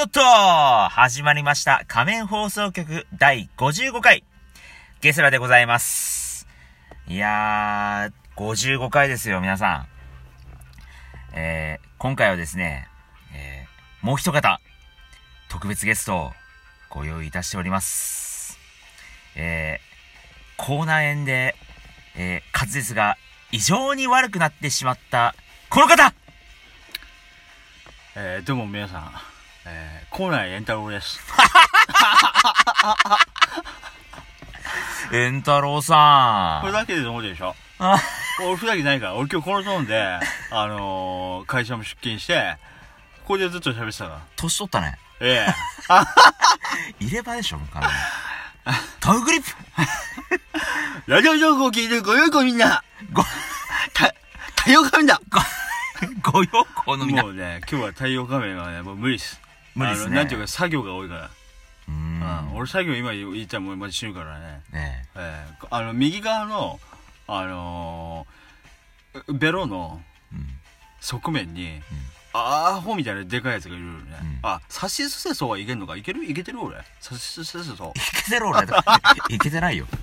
よっと始まりました仮面放送局第55回ゲスラでございます。いやー55回ですよ皆さん。今回はですね、もう一方特別ゲストをご用意いたしております。口内炎で、滑舌が異常に悪くなってしまったこの方。 どうも皆さん、口内炎太郎です。 炎太郎さん。 これだけでどうでしょ。俺ふざけないから。俺今日このトーンで、会社も出勤して、これでずっと喋ってたから。 年取ったね。入れ歯でしょ、もう完全に。タウグリップラジオ情報を聞いてごよいこみんな太陽仮面だご用行のみんな。 もうね、今日は太陽仮面はね、もう無理っす。 無理っすね。 なんていうか作業が多いから。俺作業今言ったらもうマジ死ぬからね。右側の、ベロの側面に、アホみたいなでかいやつがいるよね。サシスセソはいけんのか？いけてる俺。サシスセソ。 いけてる俺とか。いけてないよ。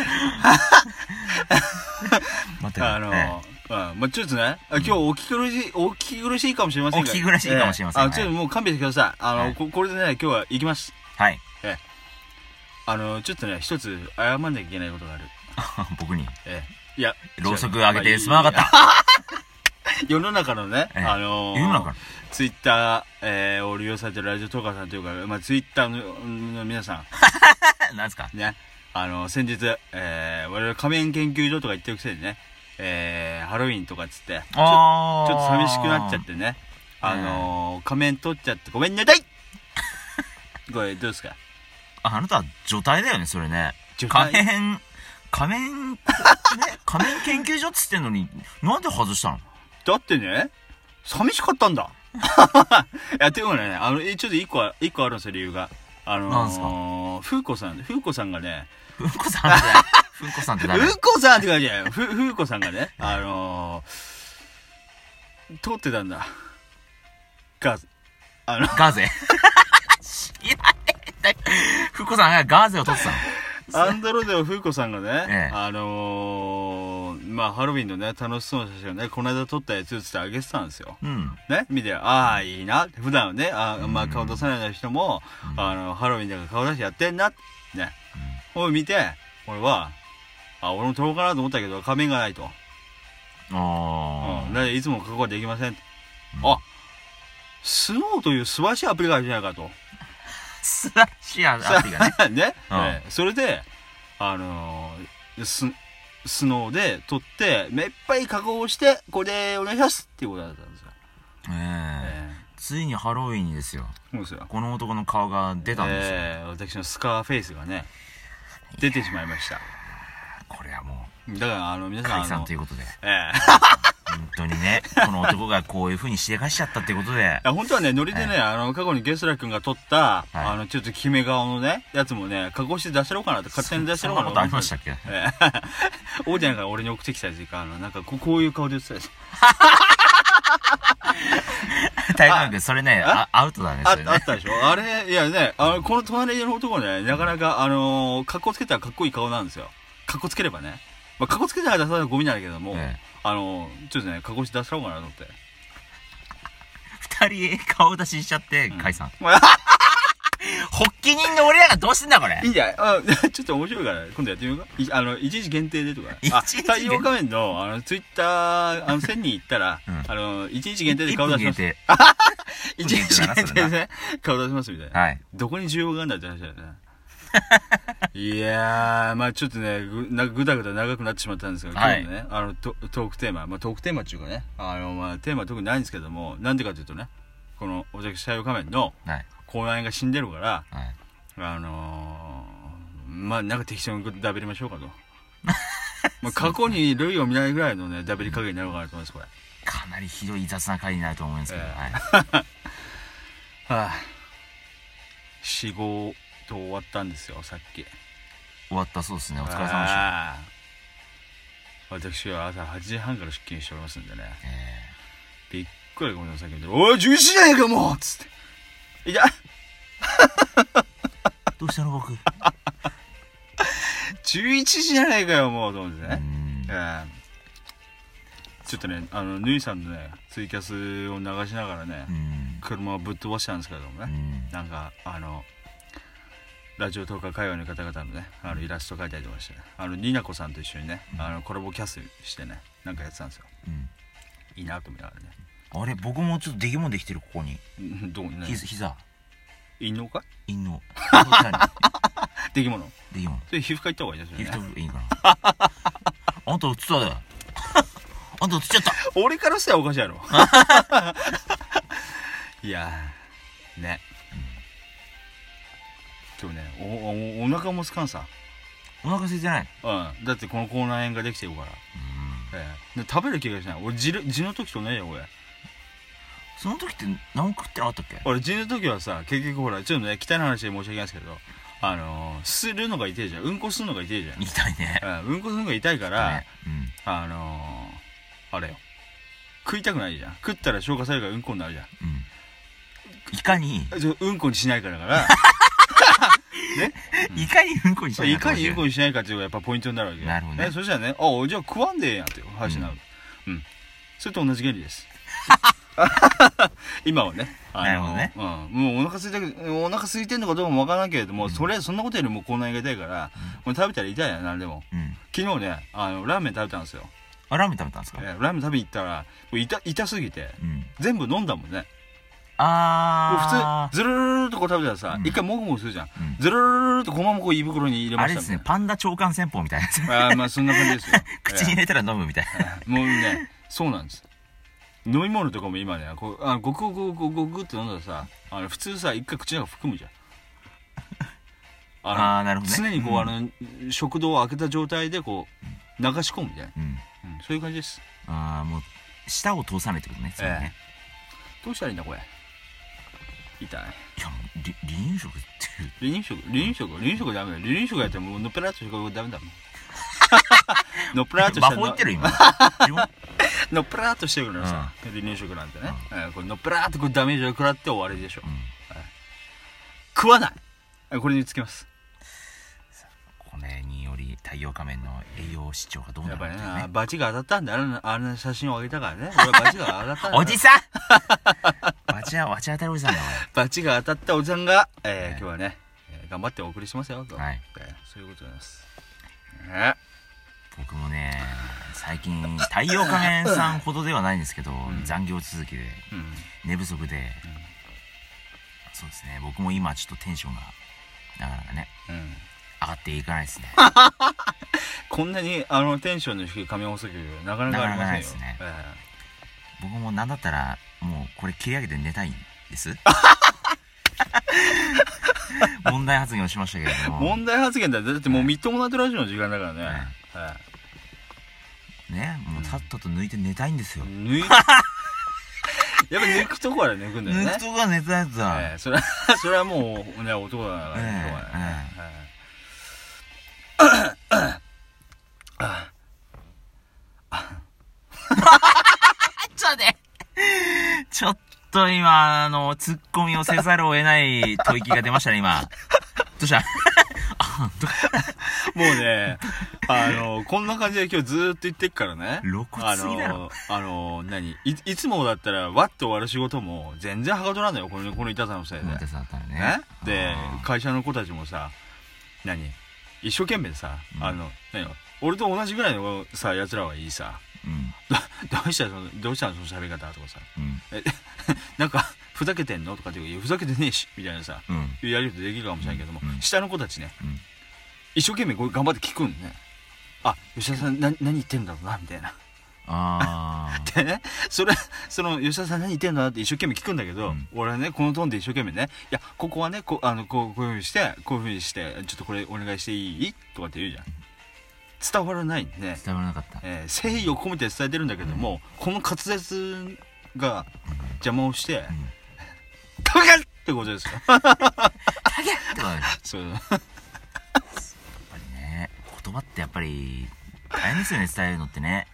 待って。 ちょっとね、今日お聞き苦しいかもしれませんが。 お聞き苦しいかもしれません。 ちょっともう勘弁してください。これでね、今日は行きます。 はい。 ちょっとね、一つ謝んなきゃいけないことがある。 僕に。 いや、 ろうそく上げてすまなかった。 世の中のね、 世の中のツイッター、を利用されてるラジオトーカーさんというか、ツイッターの皆さん。なんすかね、先日、我々仮面研究所とか行ってるくせにね、ハロウィンとかっつって、ちょっと寂しくなっちゃってね、仮面取っちゃってごめんなさいこれどうですか？ あなた、除隊だよね、それね。仮面研究所っつってんのに、なんで外したの？ だってね、寂しかったんだ。ていうかね、ちょっと一個あるんですよ、理由が。 なんすか？ 風子さんがね、 風子さんって誰？ 風子さんって感じじゃない。風子さんがね、通ってたんだ。ガーゼ知らねえ。風子さんがガーゼを取ってたの？ アンドロデオ風子さんがね、ハロウィンのね、楽しそうな写真をね、この間撮ったやつってあげてたんですよ。ね、見て、いいな。普段はね、顔出さない人も、ハロウィンだから顔出してやってんな。ね。を見て、俺は、俺も撮ろうかなと思ったけど、仮面がないと。だからいつも加工はできません。スノーという素晴らしいアプリがあるじゃないかと。 素晴らしいアプリがね。 ね。それで、スノーで撮って、めっぱい加工して、これでお願いしますっていうことだったんですよ。 ついにハロウィンにですよ。 そうですよ。 この男の顔が出たんですよ。 私のスカーフェイスがね、出てしまいました。 これはもう、 だから皆さん。 解散ということで。本当にね、この男がこういう風にしでかしちゃったってことで。 本当はね、ノリでね、過去にゲスラ君が撮った、ちょっと決め顔のね、やつもね、加工して出しろうかなって、勝手に出しろうかなと。 そんなことありましたっけ？ 王者が俺に送ってきたやつか、なんかこういう顔で言ってたやつ。 大河君、それね、アウトだね、それね。 あったでしょ？あれ、いやね、この隣の男ね、なかなか、格好つけたらかっこいい顔なんですよ。格好つければね。格好つけたら出さないとゴミなんだけども、ちょっとね、加工して出しろうかなと思って。 二人顔出ししちゃって、解散。発起人の俺らがどうしてんだこれ。 いいんじゃない？ちょっと面白いから今度やってみようか。一時限定でとか。太陽仮面のツイッター1000人行ったら、一日限定で顔出します。一日限定でね、顔出しますみたいな。 はい。 どこに需要があるんだって話だよね。いやー、ちょっとね、ぐだぐだ長くなってしまったんですけど、今日のね、トークテーマ、トークテーマっていうかね、テーマは特にないんですけども、なんでかというとね、この、私太陽仮面の、口内炎が死んでるから、なんか適当にダベりましょうかと。過去に類を見ないぐらいのね、ダベり加減になるかなと思います、これ。 かなりひどい雑な回になると思うんですけど、 仕事終わったんですよ、さっき。 終わったそうですね、お疲れ様でした。 私は朝8時半から出勤しておりますんでね。びっくりごめんなさいけど、おい、11時じゃねえかもうつって。いや、 どうしたの僕。 11時じゃないかよもうと思ってね。ちょっとねぬいさんのねツイキャスを流しながらね、車をぶっ飛ばしたんですけどもね、なんかラジオトーカー界隈の方々のねイラスト描いたりとかして、ニナコさんと一緒にねコラボキャスしてねなんかやってたんですよ。いいなと思いながらね。 あれ僕もちょっと出来物できてるここに。 どこにね。 膝。 陰嚢か？ 陰嚢。 出来物。 出来物。 それ皮膚科行った方がいいですよね。 皮膚科いいかな。あんた映っただよ。あんた映っちゃった。 俺からしたらおかしいやろ。いやーね、今日ねお腹もすかんさ。 お腹空いてない。 だってこの口内炎ができてるから。食べる気がしない。俺痔の時とね俺。 その時って何も食ってなかったっけ？ 俺痔の時はさ結局ほらちょっとね汚い話で申し訳ないですけどするのが痛いじゃん。うんこするのが痛いじゃん。 痛いね。 うんこするのが痛いから、あれよ食いたくないじゃん。食ったら消化されるからうんこになるじゃん。 いかにうんこにしないからね、 いかにうんこにしないか。 いかにうんこにしないかっていうのがやっぱポイントになるわけよ。 なるほどね。 そしたらねじゃあ食わんでええやんっていう話になる。それと同じ原理です。今はね。 なるほどね。 もうお腹空いてんのかどうかもわからないけれども、そんなことよりも口内が痛いから、食べたら痛いやん、なんでも。昨日ね、ラーメン食べたんですよ。 ラーメン食べたんですか？ ラーメン食べに行ったら、痛すぎて、全部飲んだもんね。 普通、ずるるるとこう食べたらさ、一回もぐもぐするじゃん。ずるるるとこのままこう胃袋に入れました。 あれですね、パンダ腸管戦法みたいなやつ。 まあそんな感じですよ。 口に入れたら飲むみたいな。もうね、そうなんです。飲み物とかも今ね、ごくごくごくって飲んだらさ、普通さ、一回口の中含むじゃん。 なるほどね。 常にこう、食道を開けた状態でこう、流し込むみたいな。そういう感じです。 もう、舌を通さないってことね、それね。 どうしたらいいんだ、これ。痛い。 いや、離乳食っていう。 離乳食ダメだよ。離乳食やったらもう、のっぺらっとしてダメだもん。のっぺらっとして魔法言ってる今。 のっぺらっとしてるからさ、離乳食なんてね。のっぺらっとダメージを食らって終わりでしょ。食わない。これにつきます。 これにより太陽仮面の栄養失調がどうなるかね。 やっぱりね、バチが当たったんだよ。あの写真をあげたからね。俺はバチが当たったんだよ。 おじさんバチ当たるおじさんだバチが当たったおじさんが、今日はね、頑張ってお送りしますよ。 はい。 そういうことです。 僕もね、最近太陽仮面さんほどではないんですけど、残業続きで、寝不足で、そうですね、僕も今ちょっとテンションがなかなかね、上がっていかないですね。 こんなにテンションの低い仮面放送局なかなかありませんよ。ですね。 僕もなんだったらもうこれ切り上げて寝たいんです。問題発言をしましたけれども。 問題発言だってもうみっともないラジオの時間だからね。 ね、もうさっさと抜いて寝たいんですよ。 やっぱ抜くとこは抜くんだよね。 抜くとこは寝たやつだ。 それはもうね、男だからね。 ちょっと今ツッコミをせざるを得ない吐息が出ましたね今。どうした？ もうね、こんな感じで今日ずーっと言ってっからね。 露骨すぎだろ。 いつもだったらわっと終わる仕事も全然はかどらんのよ、この痛さのせいで。 痛さだったね。 で、会社の子たちもさ、一生懸命さ、俺と同じぐらいのさ、奴らはいいさ、どうしたのその喋り方とかさ、なんか、ふざけてんのとかって言う、ふざけてねえし、みたいなさ、やりとできるかもしれないけども、下の子たちね、一生懸命これ頑張って聞くんね。吉田さん何言ってんだろうな、みたいな。でね、その吉田さん何言ってんだなって一生懸命聞くんだけど、俺はね、このトーンで一生懸命ね、いや、ここはね、こういうふうにして、ちょっとこれお願いしていいとかって言うじゃん。伝わらないんでね。 伝わらなかった。 誠意を込めて伝えてるんだけども、この滑舌が邪魔をして、かけってことですよ。かけってことです。そう。やっぱりね、言葉ってやっぱり大変ですよね、伝えるのってね。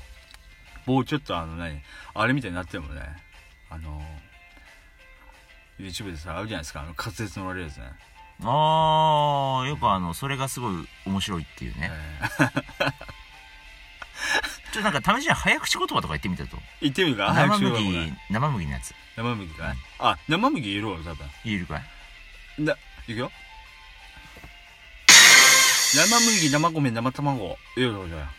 もうちょっとあれみたいになってもね、 YouTube でさ、あるじゃないですか、滑舌の悪いやつね。 ああ、よくそれがすごい面白いっていうね。ちょっとなんか試しに早口言葉とか言ってみたと。 言ってみるか？ 生麦のやつ。 生麦かい？あ、生麦言えるわ、多分。 言えるかい？ いくよ。生麦、生米、生卵。いや、そうじゃん。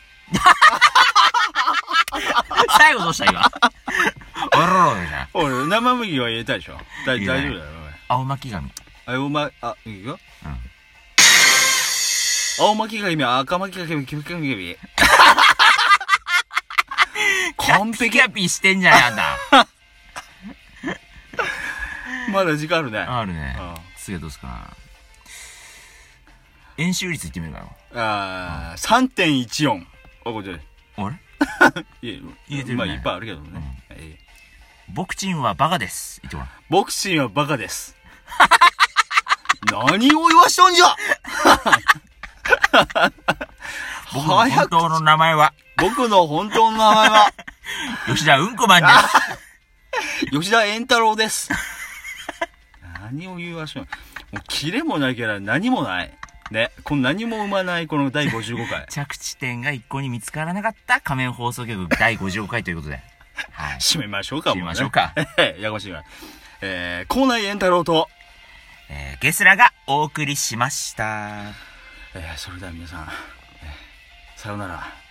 最後どうした今。おろろじゃん。 俺、生麦は言えたでしょ。大丈夫だよ。 青巻紙。 いくよ。うん。青巻紙、赤巻紙、黄巻紙。完璧。 キャピしてんじゃん、あんた。 まだ時間あるね。 あるね。次はどうすかな。円周率いってみるかな。3.14。これ。 あれ言えてるね。まあ、いっぱいあるけどね。 ボクチンはバカです。言ってごらん。 ボクチンはバカです。何を言わしとんじゃ僕の本当の名前は僕の本当の名前は吉田うんこマンです。 吉田円太郎です。何を言わしとん。もうキレもないから何もない。ね、この何も生まないこの第55回。 着地点が一向に見つからなかった仮面放送局第55回ということで。 はい。締めましょうか、 もうね。締めましょうか。 やこしいわ。校内円太郎と、 ゲスラがお送りしました。 それでは皆さん、さようなら。